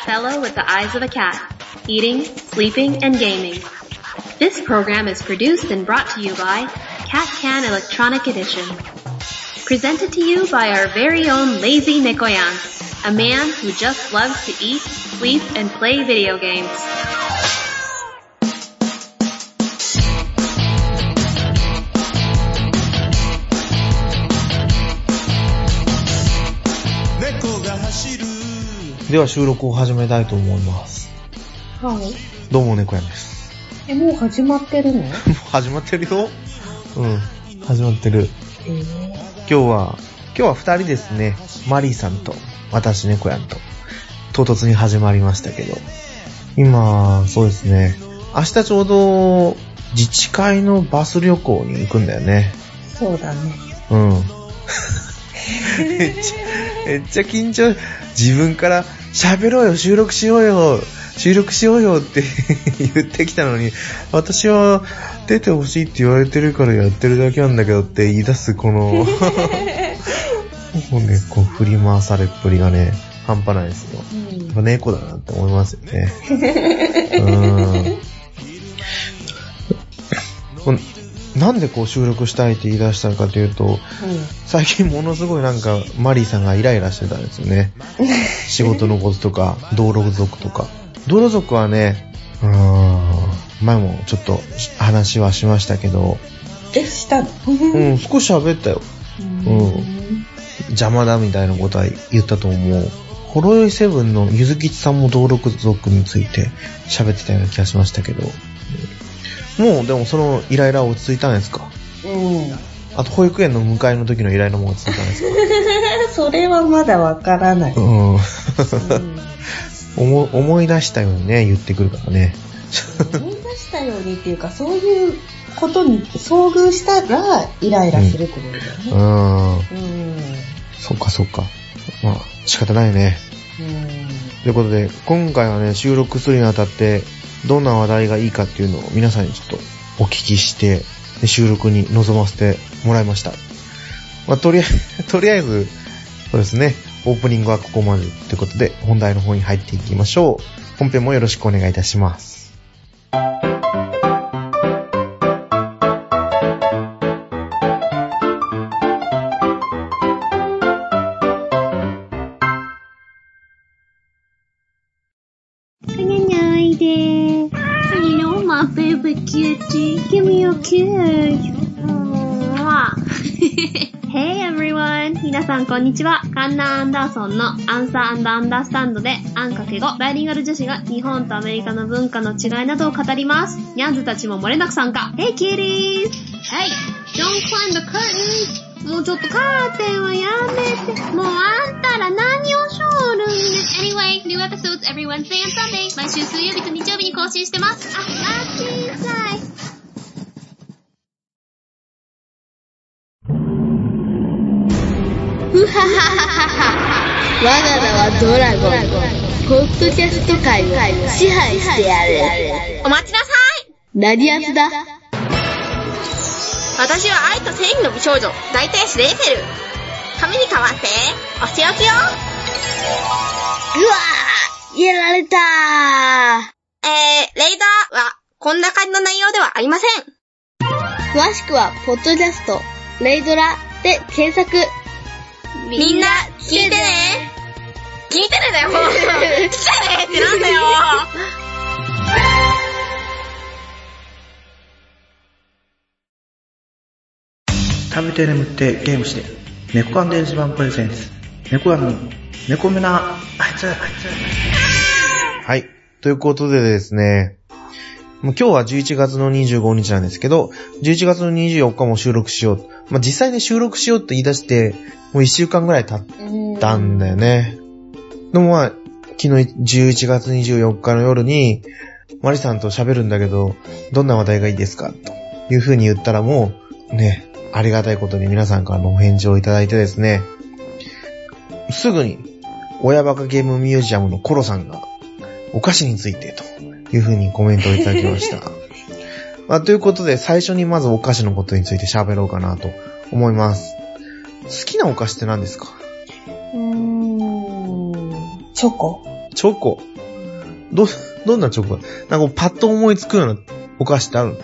fellow with the eyes of a cat, eating, sleeping, and gaming. This program is produced and brought to you by Cat Can Electronic Edition. Presented to you by our very own Lazy Nekoyan, a man who just loves to eat, sleep, and play video games. では収録を始めたいと思います。 はい。 どうも猫やんです。 もう始まってるの？もう始まってるよ。うん、始まってる。今日は2人ですね。マリーさんと私猫やんと唐突に始まりましたけど、今そうですね。明日ちょうど自治会のバス旅行に行くんだよね。 そうだね。 うん。めっちゃ緊張。自分から喋ろうよ、収録しようよって言ってきたのに、私は出てほしいって言われてるからやってるだけなんだけどって言い出すこのもうね、こう振り回されっぷりがね、半端ないですよ。やっぱ猫だなって思いますよね。なんでこう収録したいって言い出したのかというと、最近ものすごいなんかマリーさんがイライラしてたんですよね。仕事のこととか、道路族とか。道路族はね、前もちょっと話はしましたけど。 したの？ 少し喋ったよ。邪魔だみたいなことは言ったと思う。ほろよいセブンのゆずきちさんも道路族について喋ってたような気がしましたけど。もうでもそのイライラは落ち着いたんですか？あと保育園の迎えの時のイライラも落ち着いたんですか？ それはまだわからない。 思い出したようにね、言ってくるからね。 思い出したようにっていうか、そういうことに遭遇したらイライラするってことだよね。 そっか。まあ仕方ないね。ということで今回はね、収録するにあたってどんな話題がいいかっていうのを皆さんにちょっとお聞きして収録に臨ませてもらいました。まあ、とりあえずそうですね、オープニングはここまでということで本題の方に入っていきましょう。本編もよろしくお願いいたします。 Give me a kiss. Hey everyone! 皆さんこんにちは。カンナ・アンダーソンのアンサー&アンダースタンドでアン×5バイリンガル女子が日本とアメリカの文化の違いなどを語ります。ニャンズたちも漏れなく参加。Hey kitties! Hey! Don't climb the curtains! もうちょっとカーテンはやめて。もうあんたら何をしょるんね。Anyway, new episodes every Wednesday and Sunday. 毎週水曜日と日曜日に更新してます。あ、小さい。 ふはははは。我が名はドラゴン。ポッドキャスト界を支配してやる。 お待ちなさい。 何やつだ？ 私は愛と正義の美少女、大天使レイフェル。髪に代わって、お仕置きよ。 うわー、やられたー。 レイダーは、こんな感じの内容ではありません。 詳しくは、ポッドキャスト、レイドラで検索。 みんな、聞いてね。聞いてねだよ。聞いてねってなんだよ。 食べて眠ってゲームして猫缶電子版プレゼンツ猫缶の猫目なあいつ。 はい、ということでですね、もう今日は11月の25日なんですけど、11月の24日も収録しよう。まあ、実際ね、収録しようと言い出してもう1週間ぐらい経ったんだよね。でもまあ昨日11月24日の夜にマリさんと喋るんだけど、どんな話題がいいですかという風に言ったら、もうね、ありがたいことに皆さんからのお返事をいただいてですね、すぐに親バカゲームミュージアムのコロさんがお菓子についてという風にコメントをいただきました。まあ、ということで最初にまずお菓子のことについて喋ろうかなと思います。好きなお菓子って何ですか？ チョコ。 チョコ。どんなチョコ？なんかパッと思いつくようなお菓子ってある？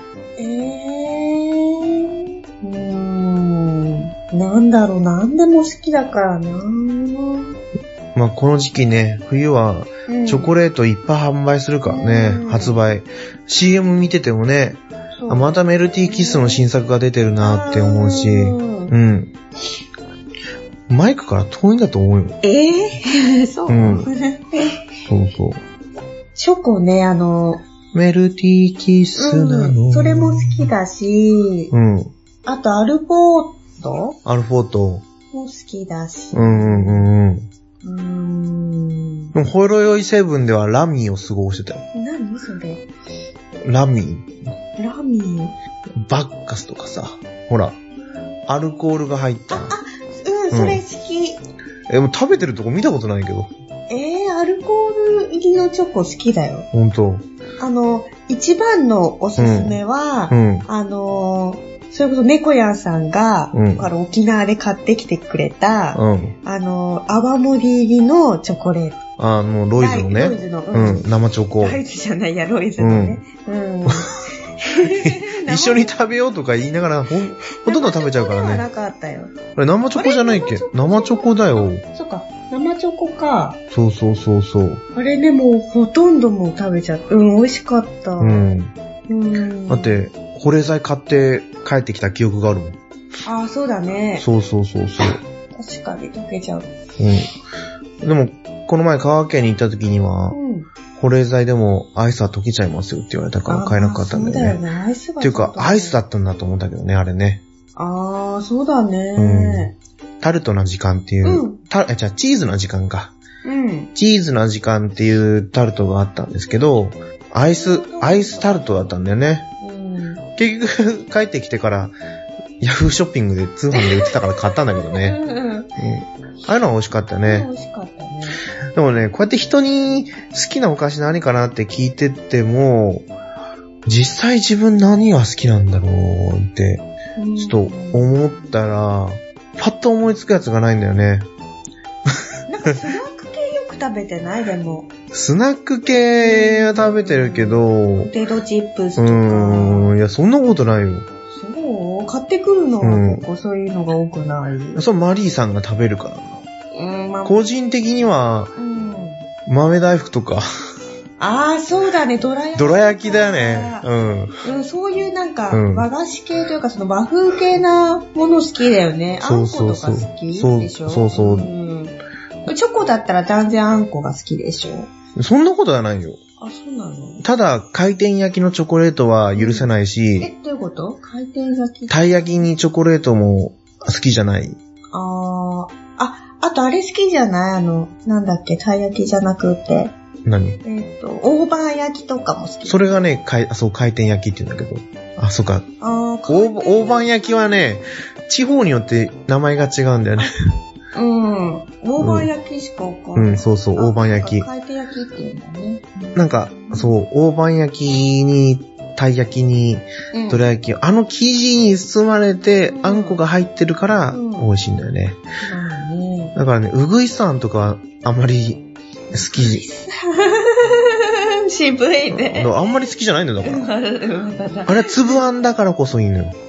なんだろう、なんでも好きだからな。 まあこの時期ね、冬はチョコレートいっぱい販売するからね、発売。CM 見ててもね、またメルティーキスの新作が出てるなって思うし、マイクから遠いんだと思うよ。 そう、 そうそう。 チョコね、 メルティーキスなの。 それも好きだし、あとアルフォートも好きだし。でも、ほろ酔いセブンではラミーをすごい推してたよ。 何それ？ ラミー。 バッカスとかさ、ほら、アルコールが入った。 それ好き。 もう食べてるとこ見たことないけど。 アルコール入りのチョコ好きだよ。 ほんと。 一番のおすすめは、それこそ猫やんさんが、沖縄で買ってきてくれた、泡盛入りのチョコレート。 もうロイズのね。 ロイズの、 生チョコ。 ロイズじゃないや、ロイズのね。 一緒に食べようとか言いながら、ほとんど食べちゃうからね。 なかったよ。 あれ生チョコじゃないっけ？生チョコだよ。 そっか、生チョコか。 そう。 あれね、もうほとんどもう食べちゃった。美味しかった。 だって、保冷剤買って帰ってきた記憶があるもん。 そうだね。 そう。 確かに溶けちゃう。 でも、この前香川県に行った時には、保冷剤でもアイスは溶けちゃいますよって言われたから買えなかったんだよね。 そうだよね、アイスが。 っていうか、アイスだったんだと思ったけどね、あれね。 そうだね。 タルトな時間っていう、じゃあチーズな時間か。チーズな時間っていうタルトがあったんですけど、アイスタルトだったんだよね。結局、帰ってきてから、ヤフーショッピングで通販で売ってたから買ったんだけどね。ああいうのは美味しかったね。 美味しかったね。 でもね、こうやって人に好きなお菓子何かなって聞いてっても、実際自分何が好きなんだろうって、ちょっと思ったら、パッと思いつくやつがないんだよね。 なんかスナック系よく食べてない？でも。 スナック系は食べてるけど、 ポテトチップスとか。 いや、そんなことないよ。 そう？買ってくるのは結構そういうのが多くない。 そう、マリーさんが食べるから。個人的には、豆大福とか。 そうだね、どら焼きだよね。 そういうなんか、和菓子系というか、その和風系なもの好きだよね。あんことか好きでしょ？ そう。 チョコだったら断然あんこが好きでしょ？ そんなことはないよ。 そうなの？ ただ、回転焼きのチョコレートは許せないし、 どういうこと？回転焼き？ たい焼きにチョコレートも好きじゃない。 あとあれ好きじゃない？なんだっけ、たい焼きじゃなくて。 何？ 大判焼きとかも好き。 それがね、回転焼きって言うんだけど。そうか。大判焼きはね、地方によって名前が違うんだよね。 大判焼きしかわかんない。 そう、大判焼き。 回転焼きって言うんだね。 なんか、そう、大判焼きに、たい焼きに、どら焼き、生地に包まれて、あんこが入ってるから、美味しいんだよね。だからね、うぐいさんとか、あんまり好き。 渋いね。 あんまり好きじゃないんだよ、だから。あれは粒あんだからこそいいのよ。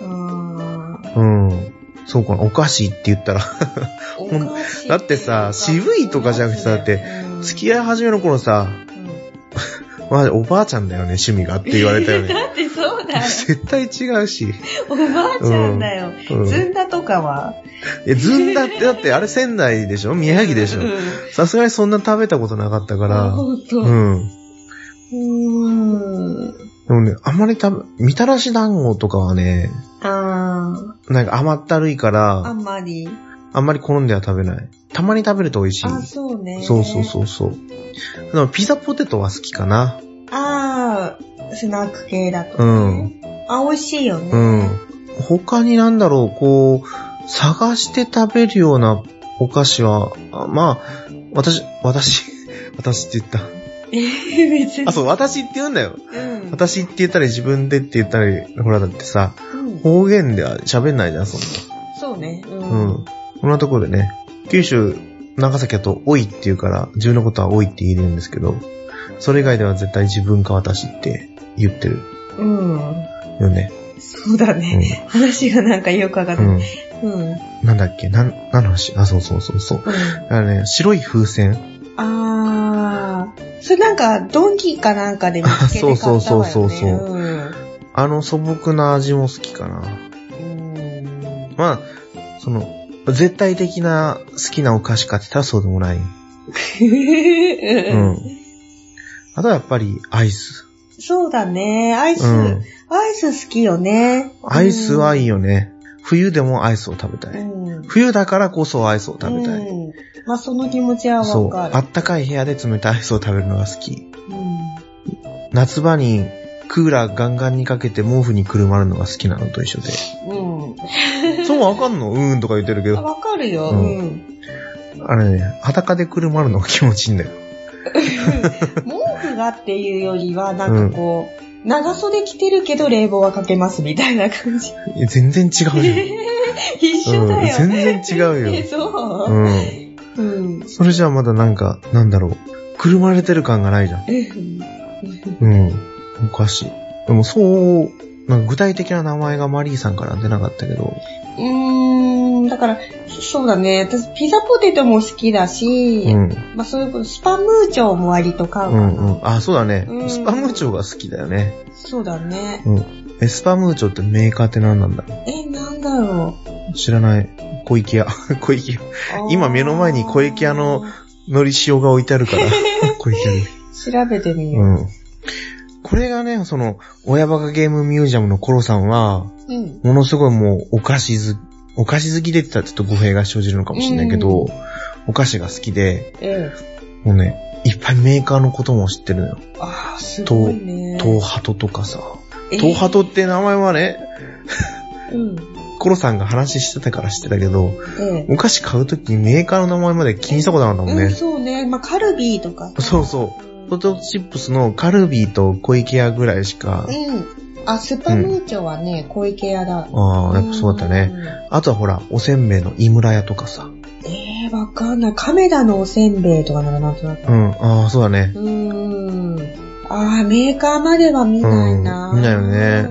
そうかな、お菓子って言ったら。だってさ、渋いとかじゃなくてさ、だって、付き合い始めの頃さ、おばあちゃんだよね、趣味がって言われたよね。 だってそうだよ。 絶対違うし。 おばあちゃんだよ。ずんだとかは？ ずんだって、だってあれ仙台でしょ？宮城でしょ？さすがにそんな食べたことなかったから。 ほんと。 でもね、あんまりみたらし団子とかはね、なんか甘ったるいから、あんまり好んでは食べない。たまに食べると美味しい。 そうね。 そう。でもピザポテトは好きかな。 スナック系だとね。美味しいよね。 他になんだろう、探して食べるようなお菓子は、私って言った。別に。そう、私って言うんだよ。私って言ったり自分でって言ったり、ほらだってさ、方言では喋んないじゃん、そんな。 そうね。 こんなところでね、九州長崎だとおいって言うから、自分のことはおいって言えるんですけど、それ以外では絶対自分か私って言ってる。 うん。 よね。 そうだね。話がなんかよくわかんない。 なんだっけ何の話そう。だからね、白い風船。 それなんか、ドンキかなんかで見つけて買ったわよね。そう。 素朴な味も好きかな。まあ、絶対的な好きなお菓子かって言ったらそうでもない。あとはやっぱりアイス。 そうだね。アイス好きよね。 アイスはいいよね。冬でもアイスを食べたい。冬だからこそアイスを食べたい。 まあその気持ちはわかる。そう。 あったかい部屋で冷たいアイスを食べるのが好き。夏場にクーラーガンガンにかけて毛布にくるまるのが好きなのと一緒で。そうわかんのとか言ってるけど。 わかるよ。 あれね、裸でくるまるのが気持ちいいんだよ。 毛布がっていうよりは、なんかこう、長袖着てるけど冷房はかけますみたいな感じ。 全然違うよ。 一緒だよ。 全然違うよ。 そう。 それじゃあまだなんか、なんだろう。くるまれてる感がないじゃん。おかしい。でもなんか具体的な名前がマリーさんから出なかったけど。 だから、そうだね。私、ピザポテトも好きだし、まあそういうこと、スパムーチョも割と買うかな。 そうだね。スパムーチョが好きだよね。 そうだね。 スパムーチョってメーカーって何なんだろう？ なんだろう？知らない。小池屋。今目の前に小池屋の海苔塩が置いてあるから、小池屋で。 調べてみよう。 これがね、親バカゲームミュージアムのコロさんは、ものすごいもうお菓子好きで言ってたらちょっと語弊が生じるのかもしれないけど、お菓子が好きで、もうね、いっぱいメーカーのことも知ってるのよ。 すごいね。 東ハトとかさ。東ハトって名前はね、コロさんが話してたから知ってたけど、お菓子買うときにメーカーの名前まで気にしたことなかったもんね。 そうね。まあ、カルビーとか。 そう。ポテトチップスのカルビーと小池屋ぐらいしか。 スパムーチョはね、小池屋だ。 やっぱそうだったね。あとはほら、おせんべいの井村屋とかさ。 わかんない。亀田のおせんべいとかなんとなく。 そうだね。 メーカーまでは見ないな。 見ないよね。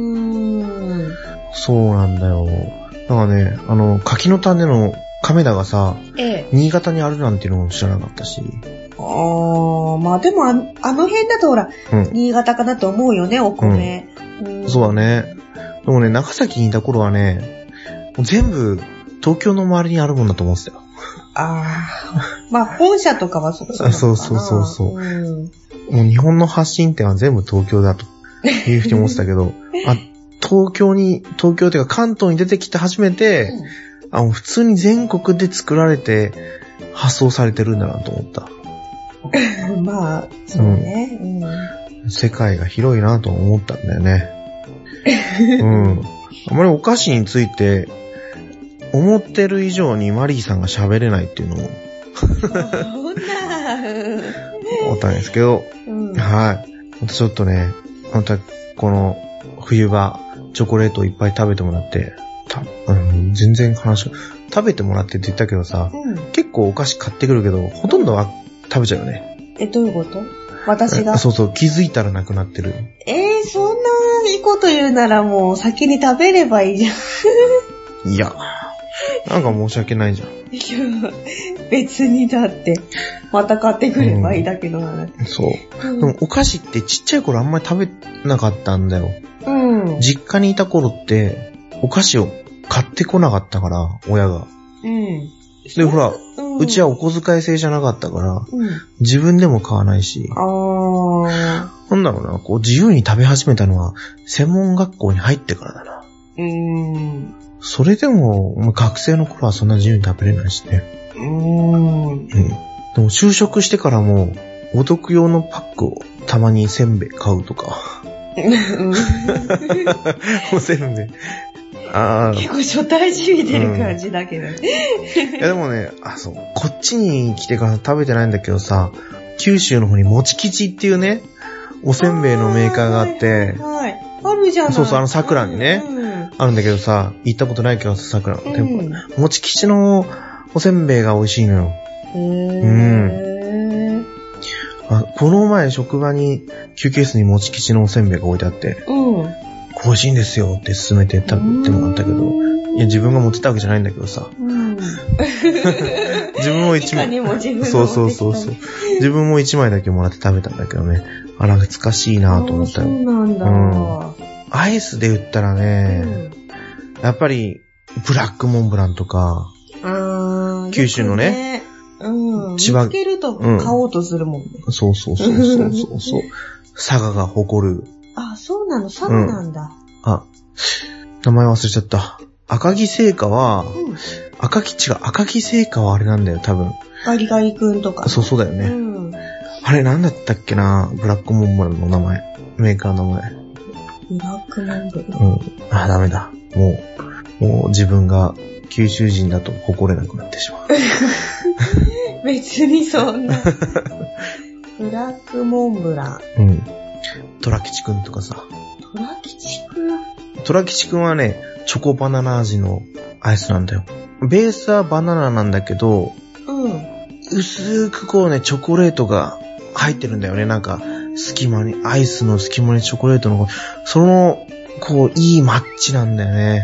そうなんだよ。だからね、柿の種の亀田がさ、新潟にあるなんていうのも知らなかったし。 まあでもあの辺だとほら、新潟かなと思うよね、お米。 そうだね。でもね、長崎にいた頃はね、全部東京の周りにあるもんだと思ってたよ。 まあ本社とかはそうかな。 そう。もう日本の発信点は全部東京だというふうに思ってたけど、東京っていうか関東に出てきて初めて、普通に全国で作られて発送されてるんだなと思った。 まあ、そうね。 世界が広いなと思ったんだよね。あまりお菓子について思ってる以上にマリーさんが喋れないっていうのも思ったんですけど、はい。またちょっとね、またこの冬場チョコレートをいっぱい食べてもらって、全然食べてもらってって言ったけどさ、結構お菓子買ってくるけど、ほとんどは食べちゃうよね。 どういうこと？私が？ そう、気づいたらなくなってる。 そんないいこと言うならもう先に食べればいいじゃん。いや、なんか申し訳ないじゃん。 いや、別にだって、また買ってくればいいだけの話。 そう。でもお菓子ってちっちゃい頃あんまり食べなかったんだよ。実家にいた頃って、お菓子を買ってこなかったから、親が。で、ほら、うちはお小遣い制じゃなかったから、自分でも買わないし。なんだろうな、自由に食べ始めたのは、専門学校に入ってからだな。それでも、学生の頃はそんな自由に食べれないしね。でも就職してからも、お得用のパックをたまにせんべい買うとか。おせんべい。 結構初対地見てる感じだけど。 いやでもね、こっちに来てから食べてないんだけどさ、九州の方にもち吉っていうね、おせんべいのメーカーがあって、 あるじゃない。 そう、桜にね、あるんだけどさ、行ったことないけどさ、桜。でも、もち吉のおせんべいが美味しいのよ。 この前職場に休憩室にもち吉のおせんべいが置いてあって、美味しいんですよって勧めて食べてもらったけど、いや自分が持ってたわけじゃないんだけどさ。自分も1枚。そう。自分も1枚だけもらって食べたんだけどね。懐かしいなと思ったよ。 そうなんだ。 アイスで言ったらね、やっぱりブラックモンブランとか、九州のね、 千葉見つけると買おうとするもんね。 そう。佐賀が誇る。 あ、そうなの、佐賀なんだ。 名前忘れちゃった。赤木製菓は、赤木製菓はあれなんだよ、多分。 ガリガリ君とか。 そうだよね。あれなんだったっけな、ブラックモンブランの名前。メーカーの名前。 ブラックモンブラン。 ダメだ。もう自分が九州人だと誇れなくなってしまう。 別にそんな。ブラックモンブラン。 トラ吉くんとかさ。 トラ吉くん？ トラ吉くんはね、チョコバナナ味のアイスなんだよ。ベースはバナナなんだけど、薄くこうね、チョコレートが入ってるんだよね。なんか、アイスの隙間にチョコレートの、その、こう、いいマッチなんだよね。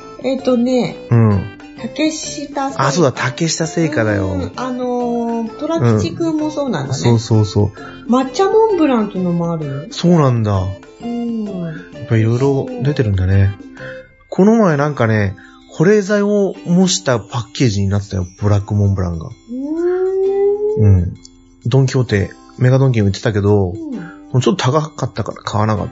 竹下製菓。そうだ、竹下製菓だよ。 トラ吉くんもそうなんだね。 そう。 抹茶モンブランっていうのもあるよ。 そうなんだ。やっぱいろいろ出てるんだね。この前なんかね、保冷剤を模したパッケージになってたよ、ブラックモンブランが。ドンキホーテ、メガドンキに売ってたけど、ちょっと高かったから買わなかった。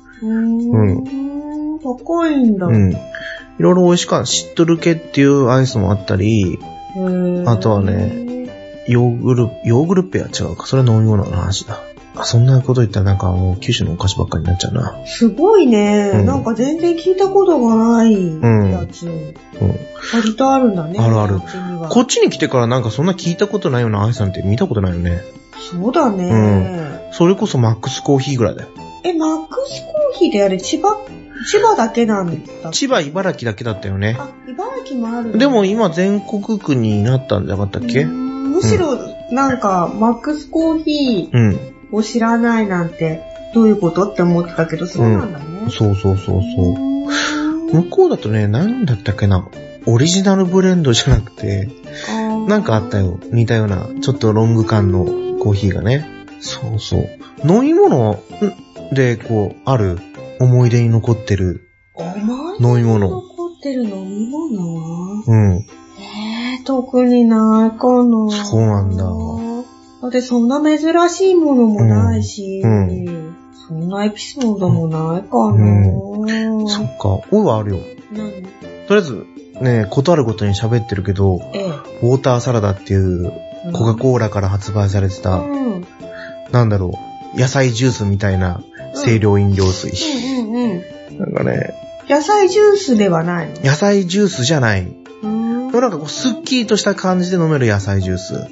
高いんだ。 いろいろ美味しかった。しっとる系っていうアイスもあったり、あとはね、ヨーグルッペは違うか。それは飲み物の話だ。そんなこと言ったらなんかもう九州のお菓子ばっかりになっちゃうな。 すごいね。なんか全然聞いたことがないやつ。割とあるんだね。 ある。こっちに来てからなんかそんな聞いたことないようなアイスなんて見たことないよね。 そうだね。 それこそマックスコーヒーぐらいだよ。 マックスコーヒーであれ千葉だけなんだ。 千葉、茨城だけだったよね。 茨城もある。 でも今全国区になったんじゃなかったっけ？ むしろなんかマックスコーヒーを知らないなんてどういうことって思ってたけど、そうなんだね。 そう。向こうだとね、なんだったっけな、オリジナルブレンドじゃなくて、なんかあったよ。似たような、ちょっとロング缶のコーヒーがね。そう。飲み物で、こう、ある思い出に残ってる飲み物。 残ってる飲み物？特にないかな。 そうなんだ。 だってそんな珍しいものもないし、そんなエピソードもないかな。 そっか。俺はあるよ。 何？ とりあえず、ね、ことあるごとに喋ってるけど、ウォーターサラダっていうコカ・コーラから発売されてた、なんだろう、野菜ジュースみたいな清涼飲料水。なんかね。 野菜ジュースではないの？ 野菜ジュースじゃない。なんかこう、スッキリとした感じで飲める野菜ジュース。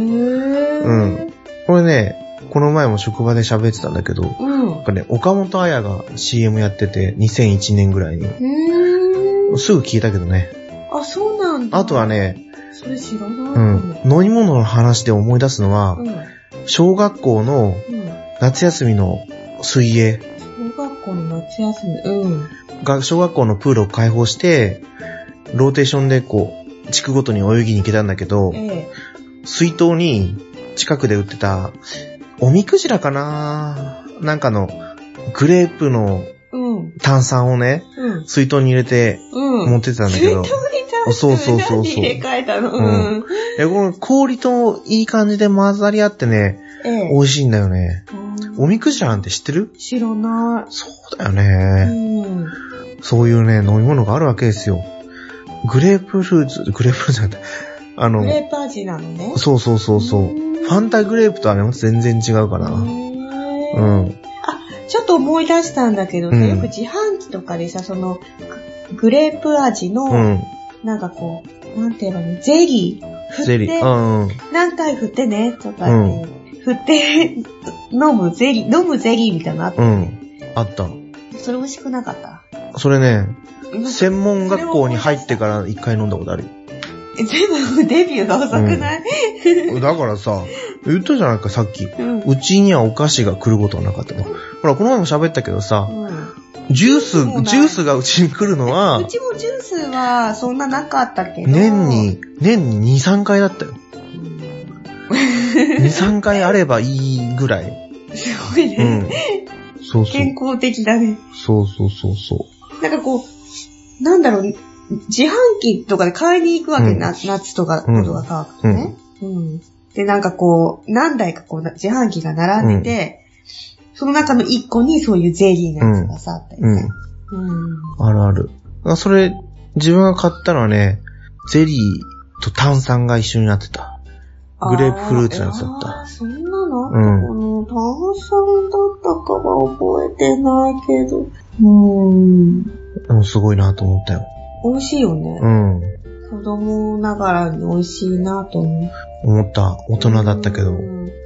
これね、この前も職場で喋ってたんだけど、なんかね、岡本彩が CM やってて、2001年ぐらいに。すぐ聞いたけどね。 あ、そうなんだ。 あとはね、 それ知らない。 飲み物の話で思い出すのは、小学校の夏休みの水泳。 小学校の夏休み、 小学校のプールを開放して、ローテーションでこう、地区ごとに泳ぎに行けたんだけど、水筒に近くで売ってた、おみくじらかな、なんかの、グレープの炭酸をね、水筒に入れて持ってたんだけど、 水筒に炭酸入れ替えたの。 この氷といい感じで混ざり合ってね、美味しいんだよね。おみくじらなんて知ってる？ 知らない。 そうだよね。そういうね、飲み物があるわけですよ。グレープフルーツじゃなくて、 グレープ味なのね。 そう。ファンタグレープとはね、全然違うかな。 ちょっと思い出したんだけどさ、よく自販機とかでさ、その、グレープ味の、なんかこう、なんていうの、ゼリー。 ゼリー。 何回振ってね、とかね、振って飲むゼリーみたいなのあった。 あった。 それ美味しくなかった？ それね、専門学校に入ってから一回飲んだことあるよ。 全部デビューが遅くない？ だからさ、言ったじゃないか、さっき。うちにはお菓子が来ることはなかったの。ほら、この前も喋ったけどさ、ジュースがうちに来るのは、 うちもジュースはそんななかったけど。 年に2、3回だったよ。2、3回あればいいぐらい。 すごいね。 そうそう。 健康的だね。 そう。 なんかこう、なんだろう、自販機とかで買いに行くわけ、夏とかことが乾くとね。で、なんかこう、何台かこう、自販機が並んでて、その中の1個にそういうゼリーのやつがさ、あったりさ。 あるある。それ、自分が買ったのはね、ゼリーと炭酸が一緒になってた。グレープフルーツのやつだった。 そんなの炭酸だったかは覚えてないけど。 でもすごいなと思ったよ。 美味しいよね。子供ながらに美味しいなと思った。大人だったけど。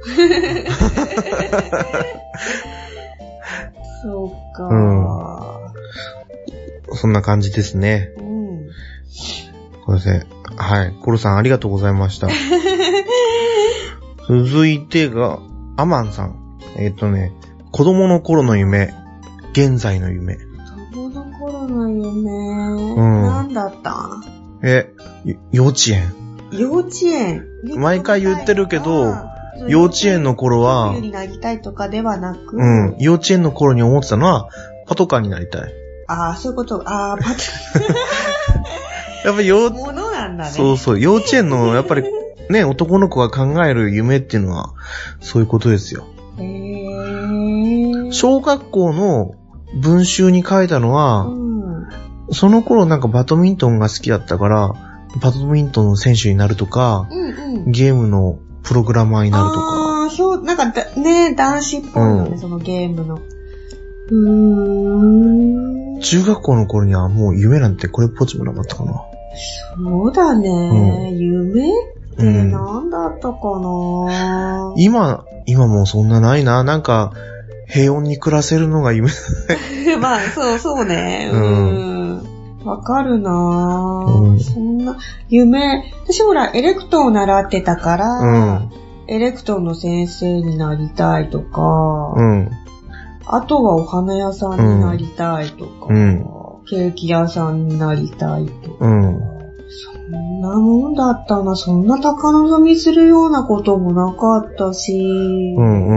そうか。 そんな感じですね。そうですね。はい。コルさんありがとうございました。続いてが、アマンさん。子供の頃の夢、現在の夢。 子供の頃の夢、何だった？ 幼稚園。 幼稚園。 毎回言ってるけど、幼稚園の頃は、 になりたいとかではなく、 幼稚園の頃に思ってたのは、パトカーになりたい。 ああ、そういうこと。ああ、パトカー。やっぱりものなんだね。 そう、幼稚園の、やっぱりね、男の子が考える夢っていうのは、そういうことですよ。小学校の文集に書いたのは、その頃なんかバドミントンが好きだったから、バドミントンの選手になるとか、ゲームのプログラマーになるとか。 ああ、そう、なんかね、男子っぽいよね、そのゲームの。 中学校の頃にはもう夢なんてこれっぽっちもなかったかな。 そうだね、夢って何だったかな。 今もうそんなないな。なんか、平穏に暮らせるのが夢まあ、そうね。わかるなぁ、そんな、夢、私ほら、エレクトーンを習ってたから、エレクトーンの先生になりたいとか、あとはお花屋さんになりたいとか、ケーキ屋さんになりたいとか、そんなもんだったな。そんな高望みするようなこともなかったし、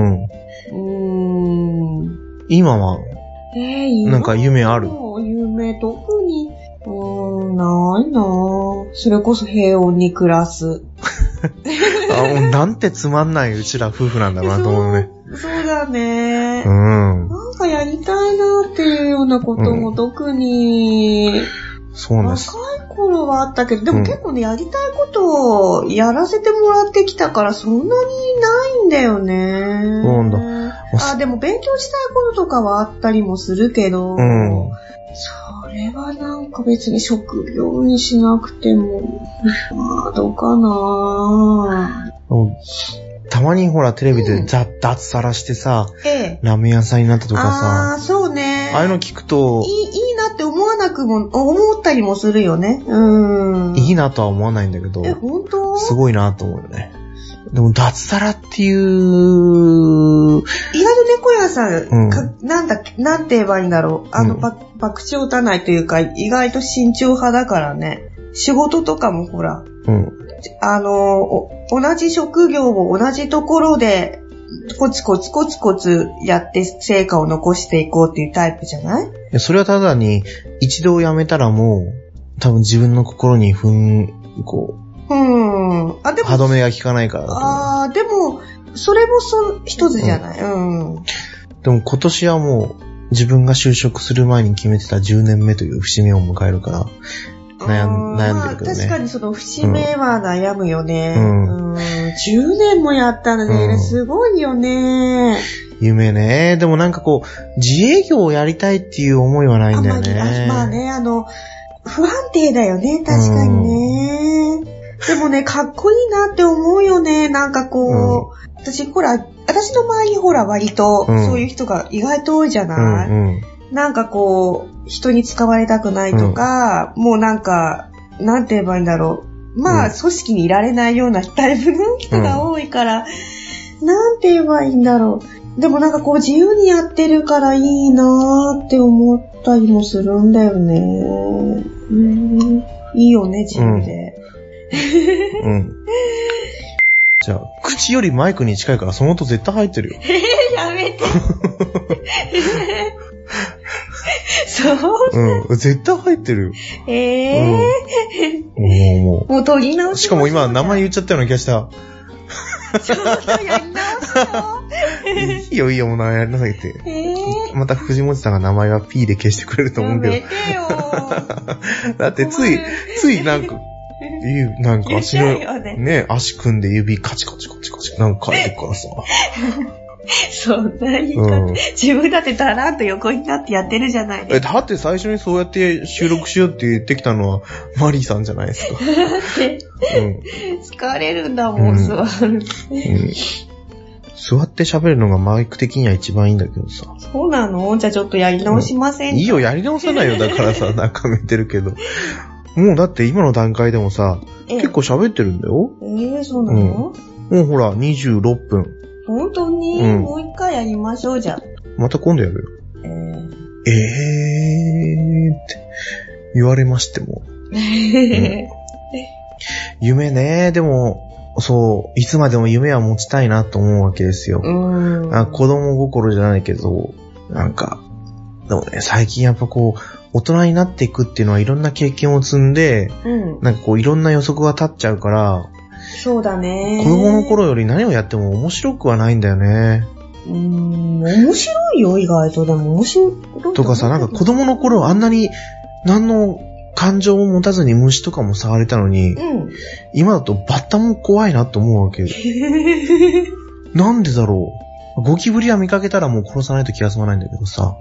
今はなんか夢ある？ 夢特に、ないなぁ。それこそ平穏に暮らす。 なんてつまんないうちら夫婦なんだなと思うね。 そうだね。なんかやりたいなっていうようなことも特に、 そうです。 若い頃はあったけど、でも結構ね、やりたいことをやらせてもらってきたからそんなにないんだよね。 そうなんだ。 でも勉強したいこととかはあったりもするけど、それはなんか別に職業にしなくても、まあどうかなぁ。 たまにほらテレビで脱サラしてさ、ラーメン屋さんになったとかさ、 そうね。 ああいうの聞くと、 いいなって思わなくも、思ったりもするよね。 いいなとは思わないんだけど、 本当？すごいなと思うよね。でも脱サラっていう、 意外と猫屋さん、なんて言えばいいんだろう。爆笑打たないというか、意外と慎重派だからね。仕事とかもほら、同じ職業を同じところで、コツコツやって成果を残していこうっていうタイプじゃない？ それはただに、一度辞めたらもう、多分自分の心にでも歯止めが効かないからだと。 でも、それも一つじゃない。 でも今年はもう、自分が就職する前に決めてた10年目という節目を迎えるから、悩んでるけどね。 確かにその節目は悩むよね。10年もやったのね、すごいよね。 夢ね。でもなんかこう、自営業をやりたいっていう思いはないんだよね。 まあね、不安定だよね、確かにね。でもね、かっこいいなって思うよね。なんかこう、私の周りほら割とそういう人が意外と多いじゃない？なんかこう、人に使われたくないとか、もうなんか、なんて言えばいいんだろまあ、組織にいられないようなタイプの人が多いから、なんて言えばいいんだろう。でもなんかこう自由にやってるからいいなーって思ったりもするんだよね。いいよね、自由で。 じゃあ、口よりマイクに近いからその音絶対入ってるよ。 やめて。そう。 絶対入ってるよ。 もう取り直し。 しかも今名前言っちゃったような気がした。 ちょっとやり直しよ。いいよ、もうやりなさいって。また藤本さんが名前は P で消してくれると思うけど。 やめてよ。 だってついなんか足の、ね、足組んで指カチカチなんか書いてるからさ。 そんな言い方、自分だってだらんと横になってやってるじゃないですか。 だって最初にそうやって収録しようって言ってきたのはマリーさんじゃないですか。 疲れるんだもん、座る。 座って喋るのがマイク的には一番いいんだけどさ。 そうなの？じゃあちょっとやり直しませんか？ いいよ、やり直さないよ。だからさ、なんか見てるけど。もうだって今の段階でもさ、結構喋ってるんだよ。 そうなの？ もうほら、26分。 本当に、もう一回やりましょう、じゃあ。 また今度やるよ。って言われましても。夢ね、でも、そう、いつまでも夢は持ちたいなと思うわけですよ。子供心じゃないけど、なんか、でもね、最近やっぱこう、大人になっていくっていうのはいろんな経験を積んで、なんかこういろんな予測が立っちゃうから、 そうだね。 子供の頃より何をやっても面白くはないんだよね。 面白いよ、意外と。でも面白い。 とかさ、なんか子供の頃あんなに何の感情を持たずに虫とかも触れたのに、今だとバッタも怖いなと思うわけ。なんでだろう。ゴキブリは見かけたらもう殺さないと気が済まないんだけどさ。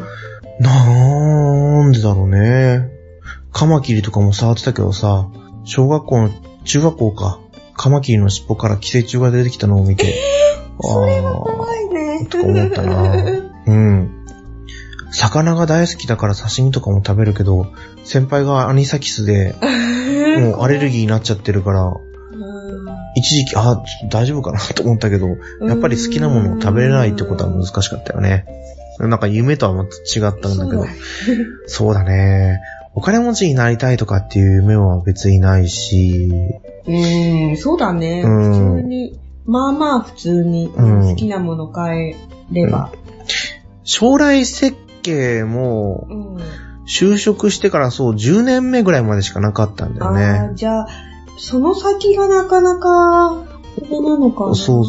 なんでだろうね。カマキリとかも触ってたけどさ、中学校か。カマキリの尻尾から寄生虫が出てきたのを見て。 それは怖いね。 とか思ったな。魚が大好きだから刺身とかも食べるけど、先輩がアニサキスで、もうアレルギーになっちゃってるから、一時期、大丈夫かなと思ったけど、やっぱり好きなものを食べれないってことは難しかったよね。なんか夢とはまた違ったんだけど。そうだね。お金持ちになりたいとかっていう夢は別にないし。 そうだね。普通に、まあまあ普通に、好きなもの買えれば。 将来設計も、就職してからそう10年目ぐらいまでしかなかったんだよね。 じゃあ、その先がなかなか、あれなのかな。 そう。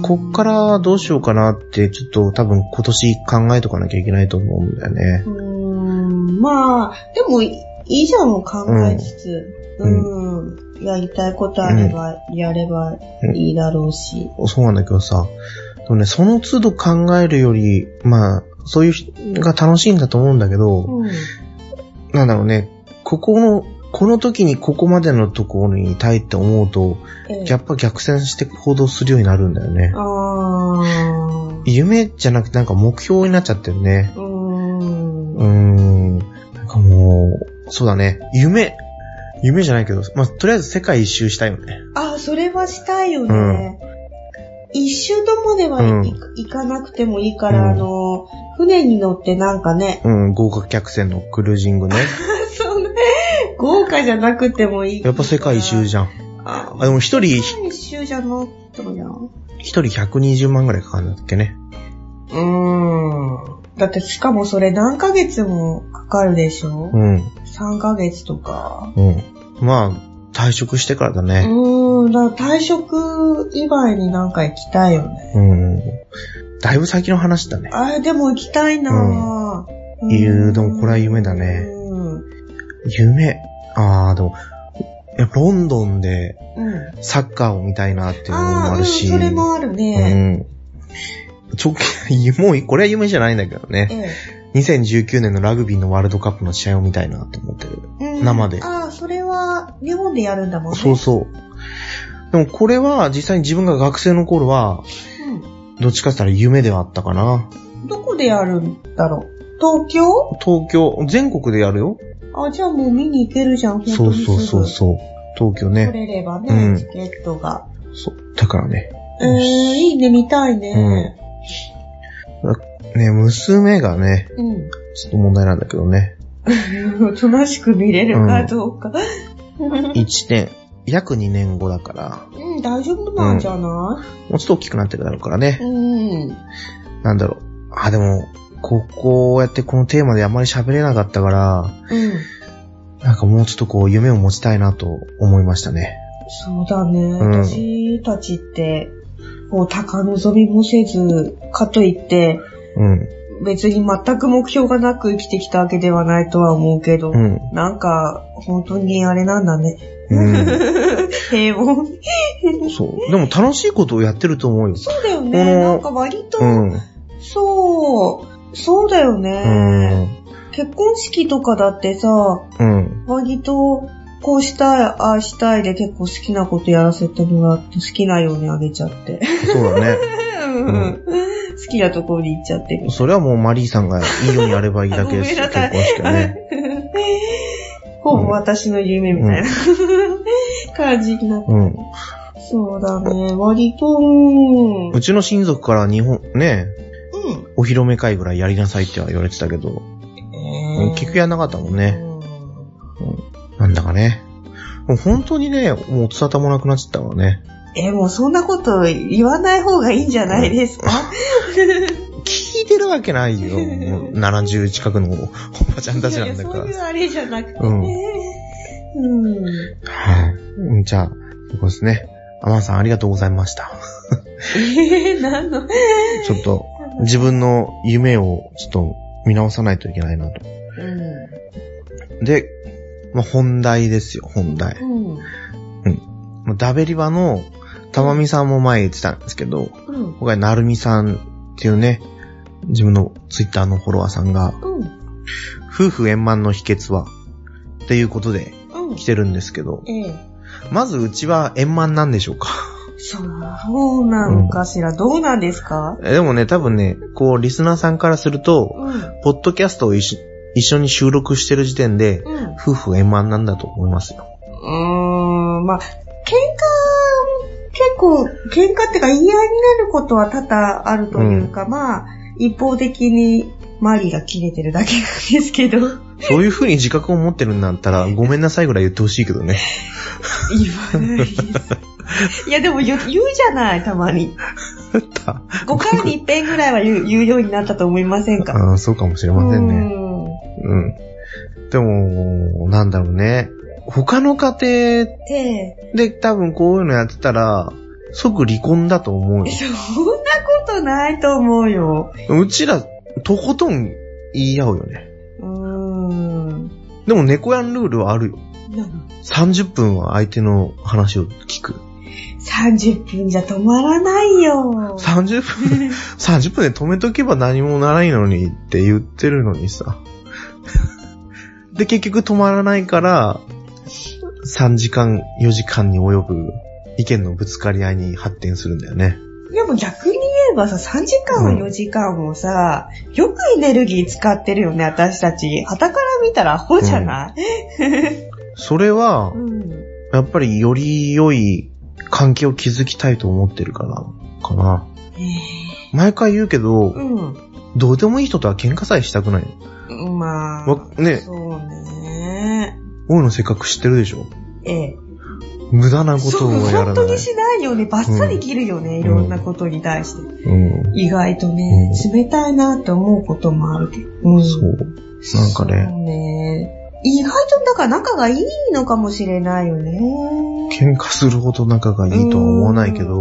こっからどうしようかなって、ちょっと多分今年考えとかなきゃいけないと思うんだよね。 まあ、でもいいじゃん、考えつつ。やりたいことあれば、やればいいだろうし。 そうなんだけどさ、でもね、その都度考えるより、まあ、そういうのが楽しいんだと思うんだけど、なんだろうね、この時にここまでのところにいたいって思うと、やっぱ逆算して行動するようになるんだよね。夢じゃなくてなんか目標になっちゃってるね。なんかもう、そうだね。夢じゃないけど、まあ、とりあえず世界一周したいよね。 それはしたいよね。一周ともでは行かなくてもいいから、船に乗ってなんかね。 豪華客船のクルージングね。 そうね。豪華じゃなくてもいい。 やっぱ世界一周じゃん。でも一人。 世界一周じゃなくてもじゃん。 一人120万ぐらいかかるんだっけね。 だってしかもそれ何ヶ月もかかるでしょ？3ヶ月とか。 まあ、退職してからだね。 だから退職以外になんか行きたいよね。 だいぶ先の話だね。 でも行きたいなでもこれは夢だね。夢。でも、ロンドンでサッカーを見たいなっていうのもあるし。 それもあるね。 もうこれは夢じゃないんだけどね。2019年のラグビーのワールドカップの試合を見たいなと思ってる。生で。 それは日本でやるんだもんね。 そう。でもこれは実際に自分が学生の頃は、どっちかって言ったら夢ではあったかな。 どこでやるんだろう？東京、 全国でやるよ。 あ、じゃあもう見に行けるじゃん、本当にすぐ。 そう。東京ね。 取れればね、チケットが。 そう。だからね。 いいね、見たいね。 ね、娘がね、ちょっと問題なんだけどね。 おとなしく見れるかどうか。 約2年後だから。 大丈夫なんじゃない？ もうちょっと大きくなってるだろうからね。なんだろう。でも、こうやってこのテーマであまり喋れなかったから、なんかもうちょっとこう夢を持ちたいなと思いましたね。 そうだね。私たちって、こう高望みもせず、かといって、別に全く目標がなく生きてきたわけではないとは思うけど、なんか本当にあれなんだね。平凡。 そう。でも楽しいことをやってると思うよ。 そうだよね。なんか割と、そうだよね。結婚式とかだってさ、割と、こうしたい、ああしたいで結構好きなことやらせてもらって、好きなようにあげちゃって。 そうだね。 好きなところに行っちゃってる。 それはもうマリーさんがいいようにやればいいだけですよ、結婚式はね。 ほぼ私の夢みたいな感じになって。そうだね、割と、 うちの親族から日本、ね、お披露目会ぐらいやりなさいっては言われてたけど、結局やんなかったもんね。なんだかね。もう本当にね、もう音沙汰もなくなっちゃったわね。 もうそんなこと言わない方がいいんじゃないですか？ 聞いてるわけないよ。70近くのおばちゃんたちなんだから。 そういうあれじゃなくてはい。じゃあ、そうですね。アマンさんありがとうございました。 何のちょっと、自分の夢をちょっと見直さないといけないなと。で、本題ですよ、本題。ダベリバのたまみさんも前言ってたんですけど、今回なるみさんっていうね、自分のツイッターのフォロワーさんが、夫婦円満の秘訣はっていうことで来てるんですけど、まずうちは円満なんでしょうか？ そうなのかしら、どうなんですか？ でもね、多分ね、こうリスナーさんからすると、ポッドキャストを一緒に収録してる時点で、夫婦円満なんだと思いますよ。 喧嘩ってか言い合いになることは多々あるというか、一方的にマリーが切れてるだけなんですけど。 そういう風に自覚を持ってるんだったら、ごめんなさいぐらい言ってほしいけどね。 言わないです。いやでも言うじゃない、たまに。5回に1遍ぐらいは言うようになったと思いませんか？ そうかもしれませんね。でも、なんだろうね。他の家庭で多分こういうのやってたら、即離婚だと思うよ。 そんなことないと思うよ。 うちら、とことん言い合うよね。でも猫やんルールはあるよ。30分は相手の話を聞く。 30分じゃ止まらないよ。 30分で止めとけば何もならないのにって言ってるのにさ。で、結局止まらないから、3時間、4時間に及ぶ意見のぶつかり合いに発展するんだよね。 でも逆に言えばさ、3時間も4時間もさ、よくエネルギー使ってるよね、私たち。傍から見たらアホじゃない？ それは、やっぱりより良い関係を築きたいと思ってるからかな。毎回言うけど、どうでもいい人とは喧嘩さえしたくない。ね。 そうね。 王の性格知ってるでしょ？無駄なことをやらない。 本当にしないよね。バッサリ切るよね。いろんなことに対して。意外とね、冷たいなって思うこともあるけど。 そう。なんかね。意外とだから仲がいいのかもしれないよね。 喧嘩するほど仲がいいとは思わないけど、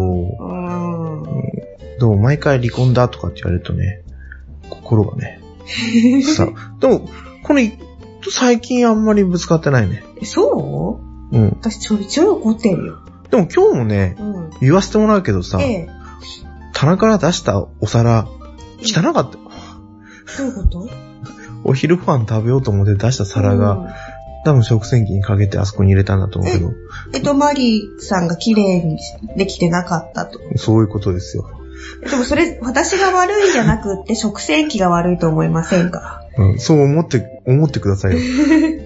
でも毎回離婚だとかって言われるとね、心がね。さ、でも、最近あんまりぶつかってないね。 そう？私ちょいちょい怒ってるよ。 でも今日もね、言わせてもらうけどさ、棚から出したお皿、汚かったよ。 どういうこと？ お昼ご飯食べようと思って出した皿が、多分食洗機にかけてあそこに入れたんだと思うけど。 マリーさんが綺麗にできてなかったと。 そういうことですよ。 でもそれ、私が悪いんじゃなくって食洗機が悪いと思いませんか？ そう思ってくださいよ。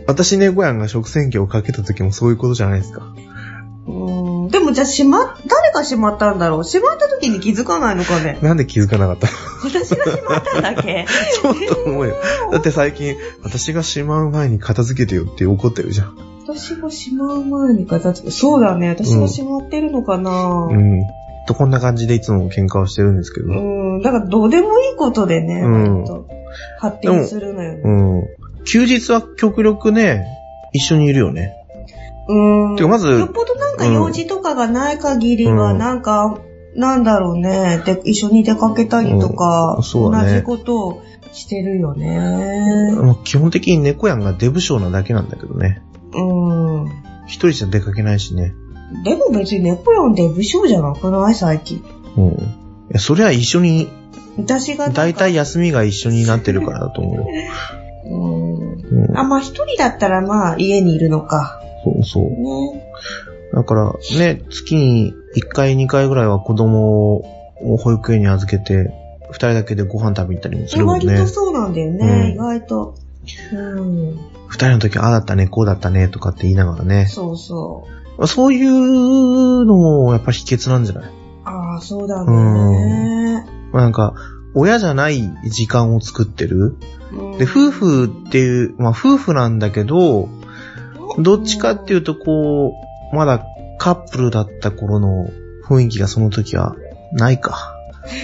私猫やんが食洗機をかけた時もそういうことじゃないですか。 でもじゃあ誰がしまったんだろう？しまった時に気づかないのかね？ なんで気づかなかったの？ 私がしまったんだっけ？ そうと思うよ。だって最近、私がしまう前に片付けてよって怒ってるじゃん。 私がしまう前に片付け、そうだね。私がしまってるのかな？ こんな感じでいつも喧嘩をしてるんですけど。 だからどうでもいいことでね、発展するのよね。 休日は極力ね、一緒にいるよね。てかまず、 よっぽどなんか用事とかがない限りは、なんか、なんだろうね。で、一緒に出かけたりとか、同じことをしてるよね。 基本的に猫やんがデブ症なだけなんだけどね。一人じゃ出かけないしね。 でも別に猫やんデブ症じゃなくない最近。 いや、それは一緒に、 私がだいたい休みが一緒になってるからだと思うよ。 まあ一人だったらまあ家にいるのか。 そうそう。 ね。 だからね、月に1回2回ぐらいは子供を保育園に預けて、2人だけでご飯食べに行ったりもするもんね。 割とそうなんだよね、意外と。 2人の時ああだったね、こうだったね、とかって言いながらね。 そうそう。 そういうのもやっぱり秘訣なんじゃない？ ああ、そうだね。 なんか、親じゃない時間を作ってる。で、夫婦っていう、まあ夫婦なんだけど、どっちかっていうとこう、まだカップルだった頃の雰囲気がその時はないか。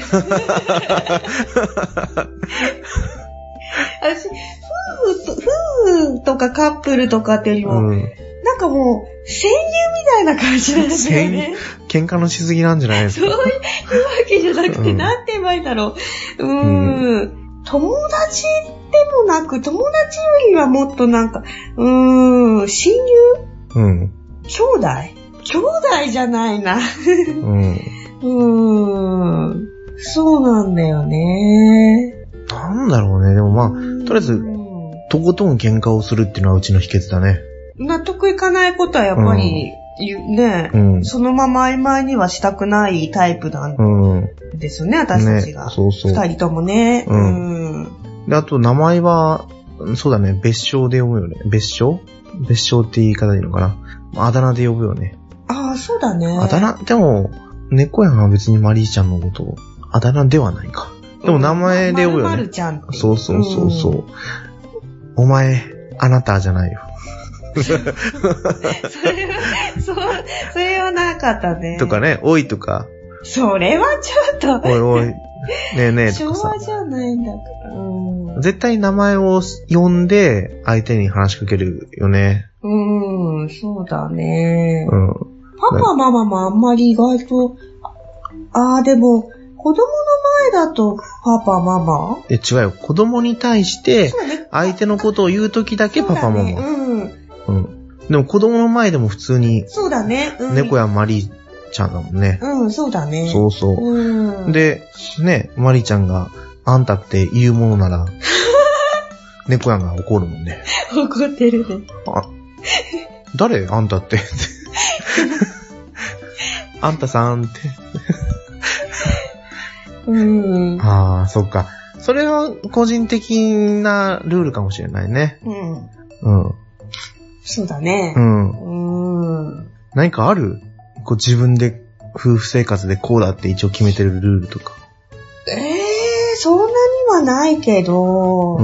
私、夫婦とかカップルとかっていうよりも、なんかもう、戦友みたいな感じなんだよね。 喧嘩のしすぎなんじゃないですか。 そういうわけじゃなくて、なんて言えばいいんだろう。友達でもなく、友達よりはもっとなんか、親友？兄弟じゃないな。そうなんだよね。 なんだろうね。でもまあ、とりあえず、とことん喧嘩をするっていうのはうちの秘訣だね。納得いかないことはやっぱり、そのまま曖昧にはしたくないタイプなんですよね、私たちが。そうそう。二人ともね。 で、あと名前は、そうだね、別称で呼ぶよね。別称って言い方でいいのかな。あだ名で呼ぶよね。 ああ、そうだね。 あだ名、でも、猫やんは別にマリーちゃんのこと、あだ名ではないか。でも名前で呼ぶよね。 まるちゃんって。 そうそうそうそう。お前、あなたじゃないよ。 それはなかったね。 とかね、おいとか。 それはちょっと。 おいおい、ねえねえとかさ。 昭和じゃないんだから。 絶対名前を呼んで相手に話しかけるよね。 そうだね。パパママもあんまり意外と、でも、子供の前だとパパママ？ 違うよ。子供に対して相手のことを言うときだけパパママ。でも子供の前でも普通に、 そうだね。 猫やマリーちゃんだもんね。 そうだね。 そうそう。で、ね、マリーちゃんがあんたって言うものなら、猫やんが怒るもんね。 怒ってるね。 誰あんたって。あんたさんって。そっか。それは個人的なルールかもしれないね。 そうだね。 何かある？こう自分で夫婦生活でこうだって一応決めてるルールとか。 そんなにはないけど、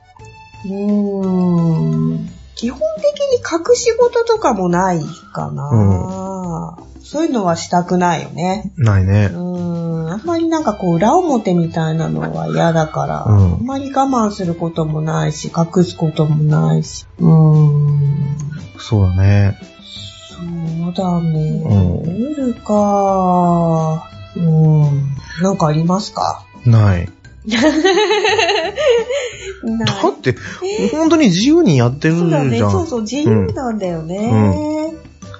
基本的に隠し事とかもないかな。そういうのはしたくないよね。 ないね。 あんまりなんかこう裏表みたいなのは嫌だから、あんまり我慢することもないし、隠すこともないし。 そうだね。 そうだね。ルールか。なんかありますか？ ない。だって、本当に自由にやってるじゃん。そうだね。 そうそう、自由なんだよね。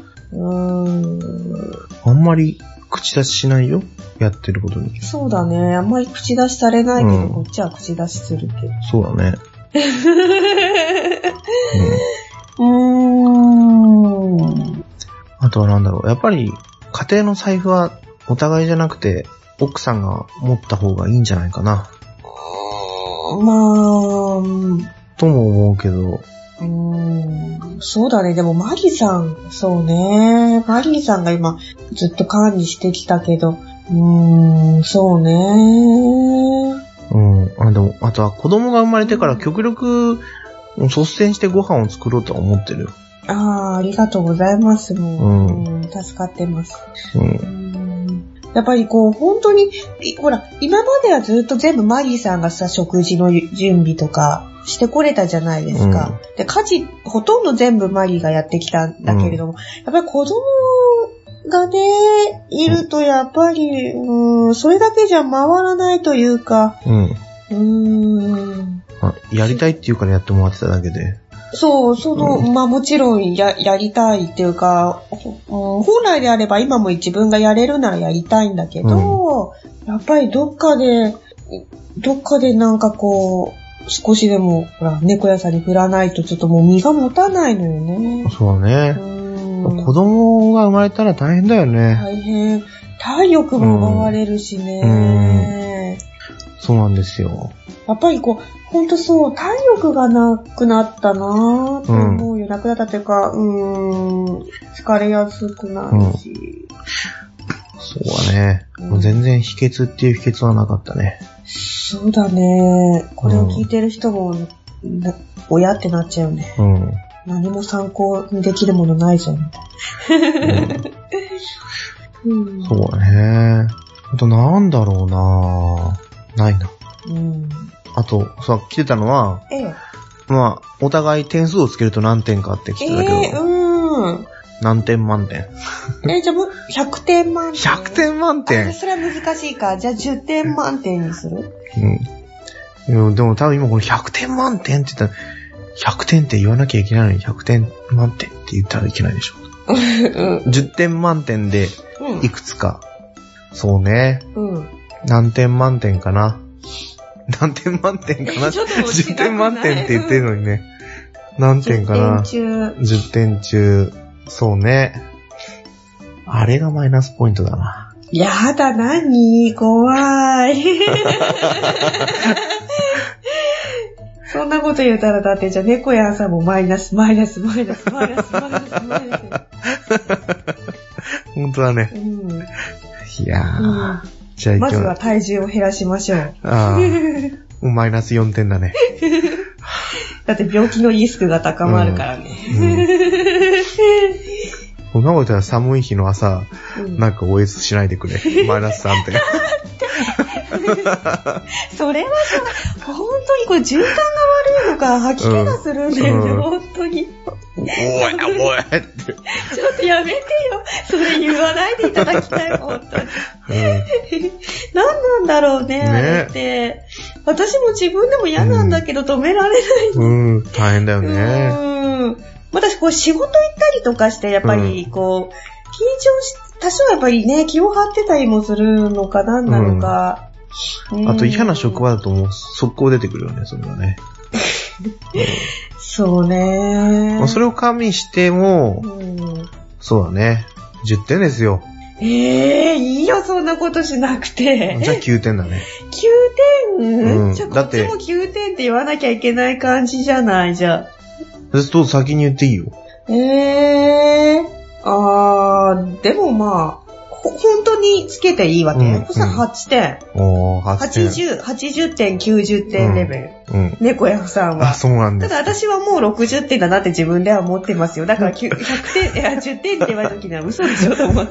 あんまり口出ししないよ。やってることに。 そうだね。あんまり口出しされないけど、こっちは口出しするけど。 そうだね。あとはなんだろう。やっぱり家庭の財布はお互いじゃなくて奥さんが持った方がいいんじゃないかな。とも思うけど。 そうだね。でもマリさん、そうね。マリさんが今ずっと管理してきたけど、そうね。 でも、あとは子供が生まれてから極力率先してご飯を作ろうとは思ってるよ。 ありがとうございます。もう、助かってます。やっぱりこう、本当に、ほら、今まではずっと全部マリーさんがさ、食事の準備とかしてこれたじゃないですか。で、家事、ほとんど全部マリーがやってきたんだけれども、やっぱり子供がね、いるとやっぱり、それだけじゃ回らないというか、 やりたいっていうからやってもらってただけで。 そう、まあもちろんやりたいっていうか、本来であれば今も自分がやれるならやりたいんだけど、やっぱりどっかでなんかこう、少しでも、ほら、猫屋さんに振らないとちょっともう身が持たないのよね。 そうね。子供が生まれたら大変だよね。 大変。体力も奪われるしね。 そうなんですよ。 やっぱりこう、ほんとそう、体力がなくなったなぁと思うよ。なくなったというか、疲れやすくなるし。 そうだね。もう全然秘訣っていう秘訣はなかったね。 そうだね。これを聞いてる人も、親ってなっちゃうね。何も参考にできるものないぞ、みたいな。 そうだね。あとなんだろうなないな。あと、さ、来てたのは、まあ、お互い点数をつけると何点かって来てたけど、何点満点じゃあもう100点満点。 100点満点それは難しいか。じゃあ10点満点にする？ でも多分今この100点満点って言ったら、100点って言わなきゃいけないのに100点満点って言ったらいけないでしょ。10点満点でいくつか。そうね。何点満点かな。何点満点かな。10点満点って言ってるのにね。何点かな。10点中。そうね。あれがマイナスポイントだな。 やだ、何？怖い。そんなこと言うたらだってじゃあ猫やんさんもマイナス。本当だね。いやー。じゃあまずは体重を減らしましょう。 もうマイナス4点だね。 だって病気のリスクが高まるからね。 こんなこと言ったら寒い日の朝、なんか OS しないでくれ。マイナス3点。 それはさ、本当にこれ循環が悪いのか、吐き気がするんだよね、本当に。 おいって。 ちょっとやめてよ。それ言わないでいただきたい、本当に。何なんだろうね、あれって。私も自分でも嫌なんだけど止められない。 大変だよね。 私こう仕事行ったりとかして、やっぱりこう、緊張多少やっぱりね、気を張ってたりもするのかなんなのか。 あと嫌な職場だともう速攻出てくるよね、それはね。 そうね。 それを加味しても、そうだね。10点ですよ。 いいよ、そんなことしなくて。 じゃあ9点だね。 9点？じゃあこっちも9点って言わなきゃいけない感じじゃない、じゃあ。 どうぞ先に言っていいよ。 でもまあ、本当につけていいわけ。そしたら8点。80点、90点レベル。猫やさんは。 そうなんです。 ただ私はもう60点だなって自分では思ってますよ。だから100点、10点って言われた時には嘘でしょと思って。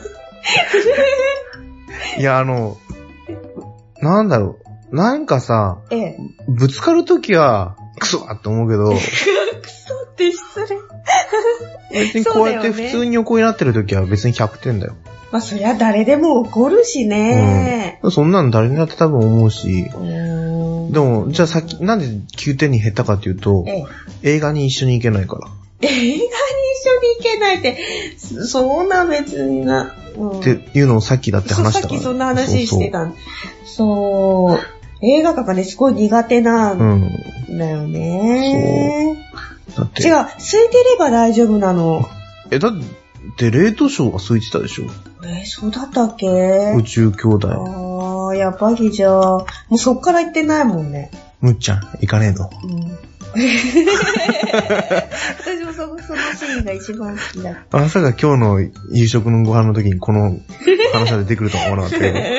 いや、なんだろう。なんかさ、ぶつかるときは、クソだって思うけど。 クソって失礼。 別にこうやって普通に横になってるときは別に100点だよ。 まあそりゃ誰でも怒るしね。 そんなの誰にだって多分思うし。でも、じゃあなんで9点に減ったかっていうと、映画に一緒に行けないから。 映画に一緒に行けないって、そんな別にな。 っていうのをさっきだって話したから。 さっきそんな話してた。そう。映画がね、すごい苦手なんだよね。 だって違う、空いてれば大丈夫なの。 だってレートショーが空いてたでしょ？ そうだったっけ？ 宇宙兄弟。 やっぱりじゃあ、もうそっから行ってないもんね。 むっちゃん、行かねえの？ 私もそのシーンが一番好きだった。 まさか今日の夕食のご飯の時にこの話が出てくるとは思わなかったけど。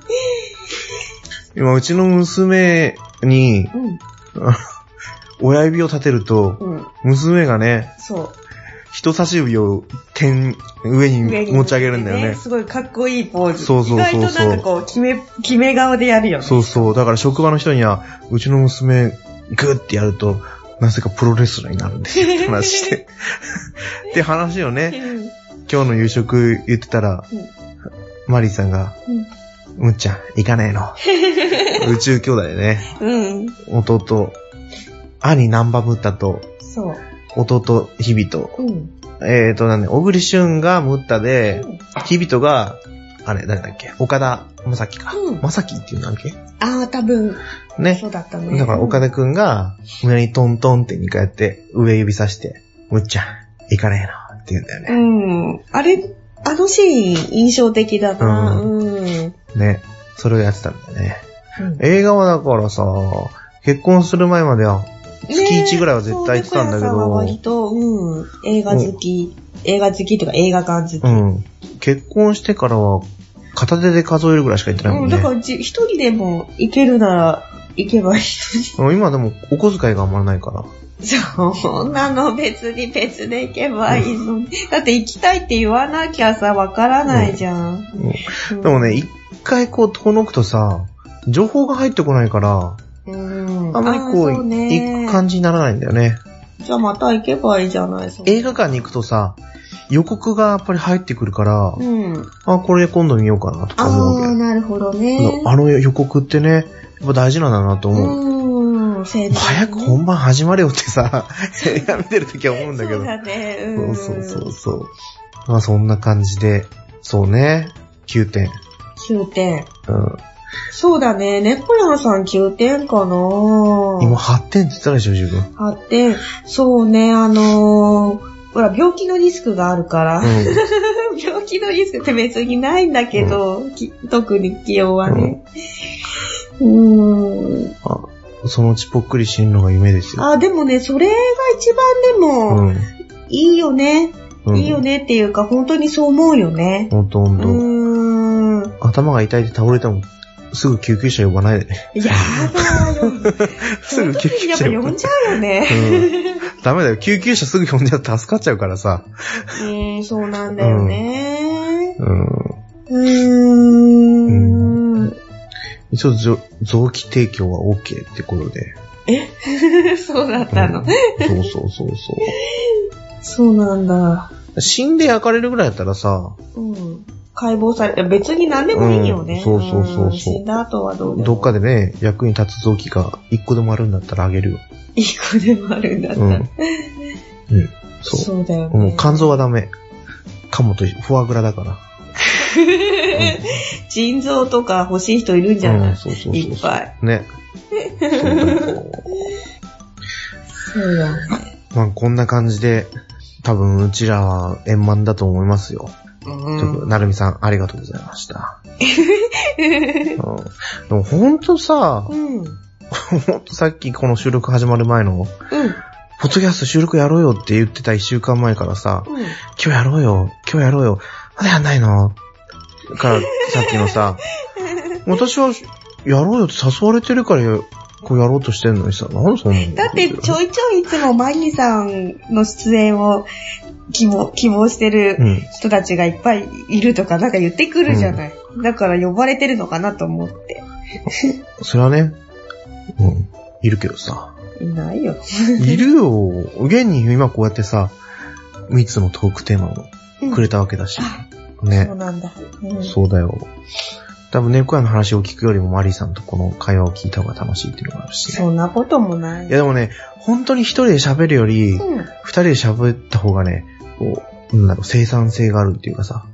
今、うちの娘に、親指を立てると、娘がね、人差し指を上に持ち上げるんだよね。 すごいかっこいいポーズ。 そう。 意外となんかこう、決め顔でやるよね。 そう。だから職場の人には、うちの娘、グーってやると、なぜかプロレスラーになるんですよって話して。って話をね、今日の夕食言ってたら、マリーさんが、むっちゃん、行かねえの。宇宙兄弟でね。弟、兄ナンバムッタと、弟、ヒビト。小栗旬がムッタで、ヒビトが、誰だっけ岡田正樹か。正樹っていうんだっけ多分。 ね。 そうだったね。 だから岡田くんが、胸にトントンって2回やって、上指さして、むっちゃん、行かねえのって言うんだよね。 あのシーン印象的だな。 ね。それをやってたんだよね。映画はだからさ、結婚する前までは、月1ぐらいは絶対行ってたんだけど。 割と、映画好きというか映画館好き。結婚してからは、片手で数えるぐらいしか行ってないもんね。 だから一人でも行けるなら行けばいいのに。今でもお小遣いがあんまりないから。 そんなの別で行けばいいのに。だって行きたいって言わなきゃさ、わからないじゃん。 でもね、一回こう遠のくとさ、情報が入ってこないから、あんまりこう、行く感じにならないんだよね。 じゃあまた行けばいいじゃないですか。 映画館に行くとさ、予告がやっぱり入ってくるから、これ今度見ようかなとか思うわけ。 なるほどね。 あの予告ってね、やっぱ大事なんだなと思う。早く本番始まれよってさ、映画見てるときは思うんだけど。 そうだね。 そう。まあそんな感じで、そうね、9点。 9点。そうだね。猫屋さん9点かな。 今8点って言ったでしょ、自分。 8点。そうね、ほら、病気のリスクがあるから。病気のリスクって別にないんだけど、特に気温はね。 そのうちぽっくり死ぬのが夢ですよ。 でもね、それが一番でも、いいよね。いいよねっていうか、本当にそう思うよね。 ほんと。頭が痛いって倒れても、すぐ救急車呼ばないでね。 やだよ。 すぐ救急車呼んじゃうよね。 ダメだよ。救急車すぐ呼んじゃって助かっちゃうからさ。 そうなんだよね。 一応臓器提供は OK ってことで。 そうだったの。 そう。 そうなんだ。 死んで焼かれるぐらいだったらさ、 解剖されて、別に何でもいいよね。 そう。 死んだ後はどうでも。 どっかでね、役に立つ臓器が1個でもあるんだったらあげるよ。 1個でもあるんだったら。そうだよね。 もう肝臓はダメ。カモとフォアグラだから。 腎臓とか欲しい人いるんじゃない？いっぱい。 ね。 そうだね。 まあこんな感じで、多分うちらは円満だと思いますよ。なるみさん、ありがとうございました。でもほんとさ、ほんとさっきこの収録始まる前の、ポッドキャスト収録やろうよって言ってた1週間前からさ、今日やろうよ、まだやんないのからさっきのさ、私はやろうよって誘われてるからこうやろうとしてんのにさ、なんでそんなの？ だってちょいちょいいつもマギさんの出演を希望してる人たちがいっぱいいるとかなんか言ってくるじゃない。だから呼ばれてるのかなと思って。 それはね、いるけどさ。 いないよ。 いるよ。現に今こうやってさ、3つのトークテーマをくれたわけだし。ね。 そうなんだ。 そうだよ。多分猫屋の話を聞くよりもマリーさんとこの会話を聞いた方が楽しいっていうのがあるし、ね。 そんなこともない。 いやでもね、本当に一人で喋るより、二人で喋った方がね、こう、生産性があるっていうかさ。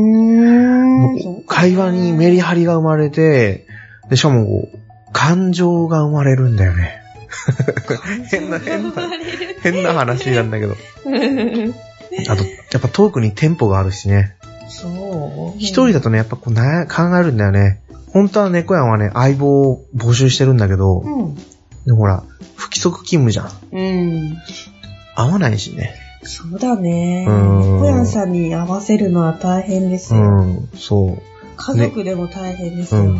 会話にメリハリが生まれて、で、しかもこう、感情が生まれるんだよね。変な話なんだけど。あと、やっぱトークにテンポがあるしね。 そう。 一人だとね、やっぱこう考えるんだよね。本当は猫屋はね、相棒を募集してるんだけど、 でほら、不規則勤務じゃん。 うん。 合わないしね。 そうだね。猫やんさんに合わせるのは大変ですよ。 うん、そう。 家族でも大変ですよ。 うん。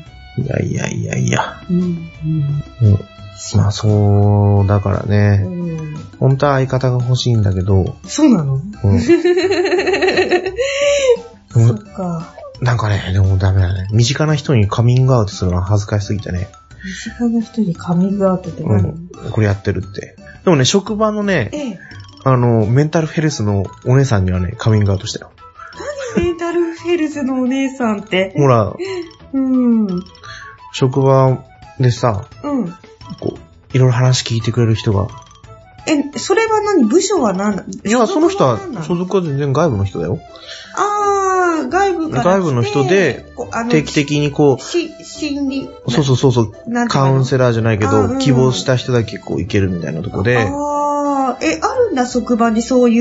いや。 うん。 まあそう、だからね。本当は相方が欲しいんだけど。 そうなの？ うん。 そっか。 なんかね、でもダメだね。身近な人にカミングアウトするのは恥ずかしすぎてね。 身近な人にカミングアウトって何？ これやってるって。でもね、職場のね、メンタルヘルスのお姉さんにはね、カミングアウトしたよ。 何メンタルヘルスのお姉さんって。 ほら、職場でさ、こう、いろいろ話聞いてくれる人が。 それは何？部署は何だ？ いや、その人は、所属は全然外部の人だよ。 外部から外部の人で、定期的にこう、 心理。 そう。カウンセラーじゃないけど、希望した人だけこう行けるみたいなとこで。 あるんだ、職場にそういう。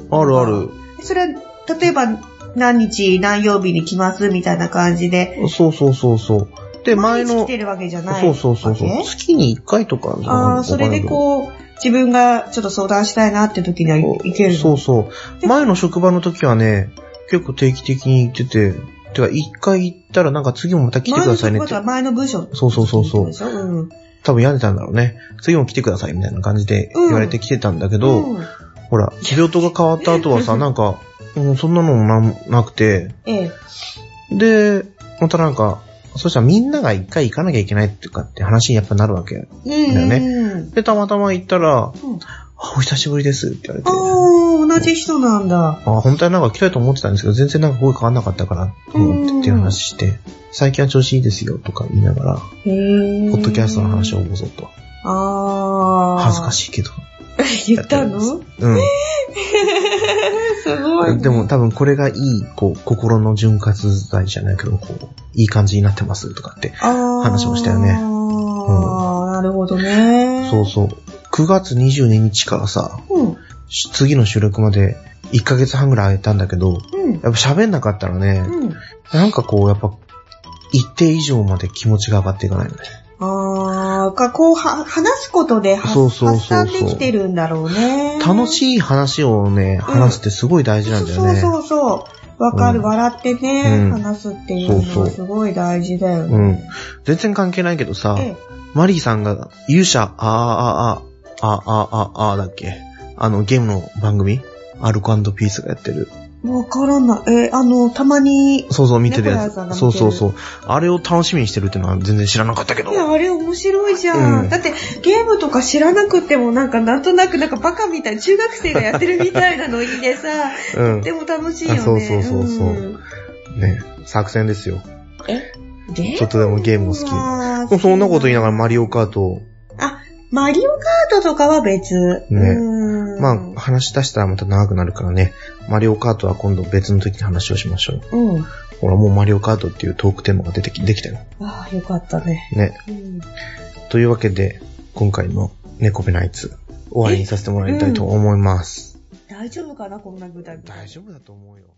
ある。 それは、例えば、何日何曜日に来ますみたいな感じで。 そう。で、 前の。来てるわけじゃない。 そう。月に1回とか。 それでこう、自分がちょっと相談したいなって時には行ける。 そう。前の職場の時はね、結構定期的に行ってて、てか一回行ったらなんか次もまた来てくださいねって。 前の部署。 そう。多分病んでたんだろうね。次も来てくださいみたいな感じで言われて来てたんだけど、ほら、病棟が変わった後はさ、なんか、そんなのもなくて、で、またなんか、そしたらみんなが一回行かなきゃいけないっていうかって話にやっぱなるわけだよね。で、たまたま行ったら、お久しぶりですって言われて。 同じ人なんだ。 本当はなんか来たいと思ってたんですけど、全然なんか声変わんなかったからって思ってっていう話して、最近は調子いいですよとか言いながら、ポッドキャストの話をぼそっと。恥ずかしいけど。 言ったの？すごい。 でも多分これがいい、こう、心の潤滑剤じゃないけど、こう、いい感じになってますとかって話もしたよね。 なるほどね。 そう。9月22日からさ、次の収録まで1ヶ月半ぐらい空いたんだけど、やっぱ喋んなかったらね、なんかこう、やっぱ、一定以上まで気持ちが上がっていかないよね。 こう、話すことで発散できてるんだろうね。 楽しい話をね、話すってすごい大事なんだよね。 そう。わかる、笑ってね、話すっていうのはすごい大事だよね。 全然関係ないけどさ、マリーさんが勇者、だっけ？ゲームの番組アルコ&ピースがやってる。 わからない。たまに。 そう、見てるやつ。そう。あれを楽しみにしてるってのは全然知らなかったけど。 いや、あれ面白いじゃん。だって、ゲームとか知らなくてもなんとなくバカみたいな、中学生がやってるみたいなのでさ、とっても楽しいよね。 そう。ね、作戦ですよ。 でちょっとでもゲームも好き。そんなこと言いながらマリオカート。 マリオカートとかは別。 ね。まあ、話し出したらまた長くなるからね。マリオカートは今度別の時に話をしましょう。ほら、もうマリオカートっていうトークテーマができたよ。 よかったね。 ね。というわけで、今回の猫ペナイツ、終わりにさせてもらいたいと思います。 大丈夫かな、こんな具体的に。 大丈夫だと思うよ。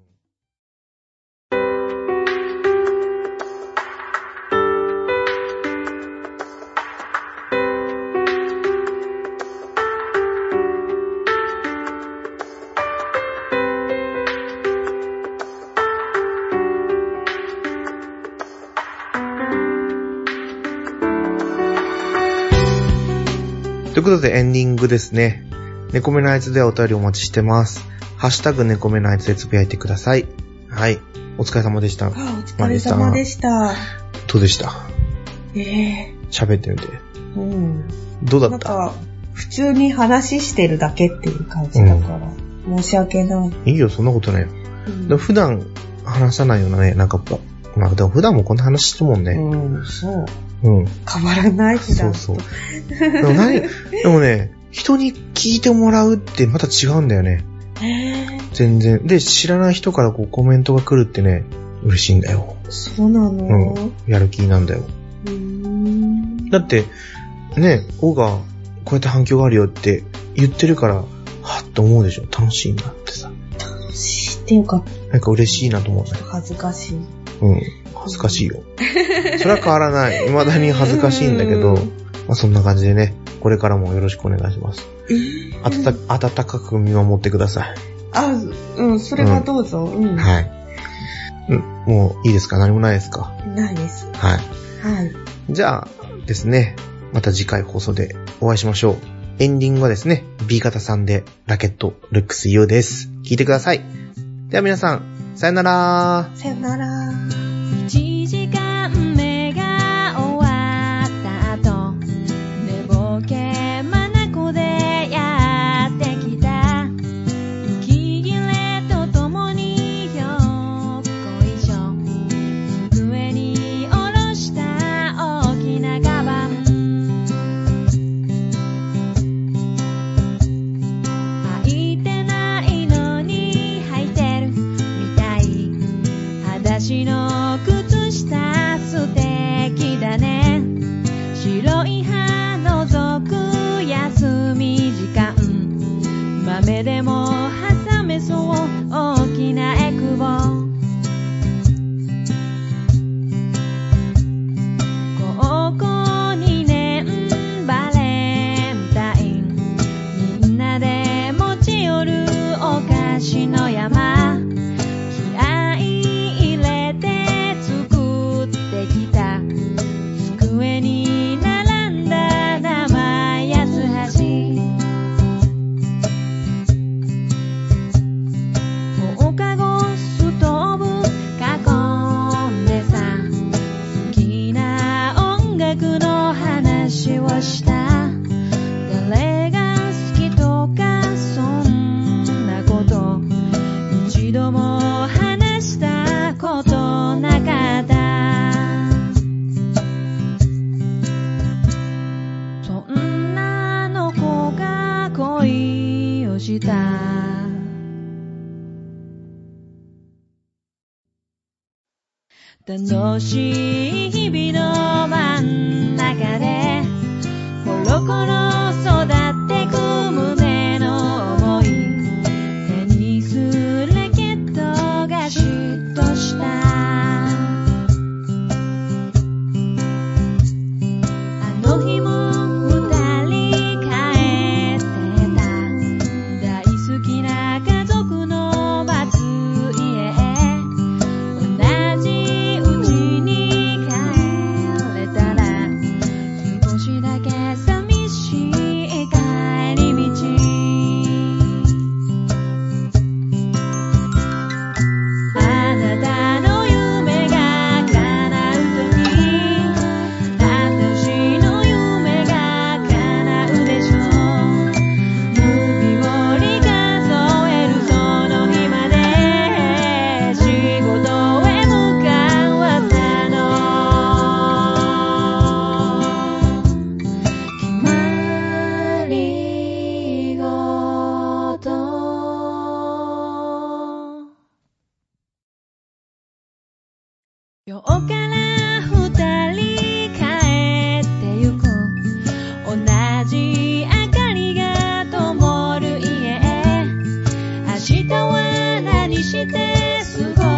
ということでエンディングですね。猫目のあいつではお便りお待ちしてます。ハッシュタグ猫目のあいつでつぶやいてください。はい。お疲れ様でした。 お疲れ様でした。 どうでした？喋ってみて。どうだった？なんか、 普通に話してるだけっていう感じだから、申し訳ない。 いいよ、そんなことないよ。でも普段話さないようなね、なんか、まあでも普段もこんな話してるもんね。 そう。変わらない普段と。 そう。でもね、人に聞いてもらうってまた違うんだよね。全然。で、知らない人からこうコメントが来るってね、嬉しいんだよ。 そうなの？ やる気なんだよ。だって、ね、オがこうやって反響があるよって言ってるから、はっと思うでしょ。楽しいなってさ。 楽しいっていうか、 なんか嬉しいなと思うね。 恥ずかしい。 恥ずかしいよ。それは変わらない。未だに恥ずかしいんだけど、まあそんな感じでね、これからもよろしくお願いします。温かく見守ってください。 それはどうぞ。 はい。もういいですか？何もないですか？ ないです。 はい。じゃあですね、また次回放送でお会いしましょう。エンディングはですね、B 型さんでラケットルックス U です。聞いてください。では皆さん、さよなら。 さよなら。 1時間目が終わった後、寝ぼけまなこでやってきた。息切れとともによっこいしょ。机に下ろした大きなカバン。履いてないのに履いてるみたい。裸足の靴下素敵だね。白い歯覗く休み時間。豆でも挟めそう大きなエクボ。高校2年バレンタイン。みんなで持ち寄るお菓子の山。気合い入れて作ってきた。机に並んだ生八つ橋。放課後ストーブ囲んでさ、好きな音楽の話をした。誰が好きとかそんなこと一度も話したことなかった。そんなの子が恋をした。楽しい日々の真ん中でコロコロ育ってく胸の想い。テニスラケットが嫉妬した。あの日も二人帰ってた。大好きな家族の待つ家へ。同じうちに帰れたら少しだけ寂しい帰り道。あなたの夢が叶うとき、私の夢が叶うでしょう。指折り数えるその日まで仕事へ向かわったの。決まり事。今日から二人帰ってゆく。同じ明かりが灯る家へ。明日は何して過ご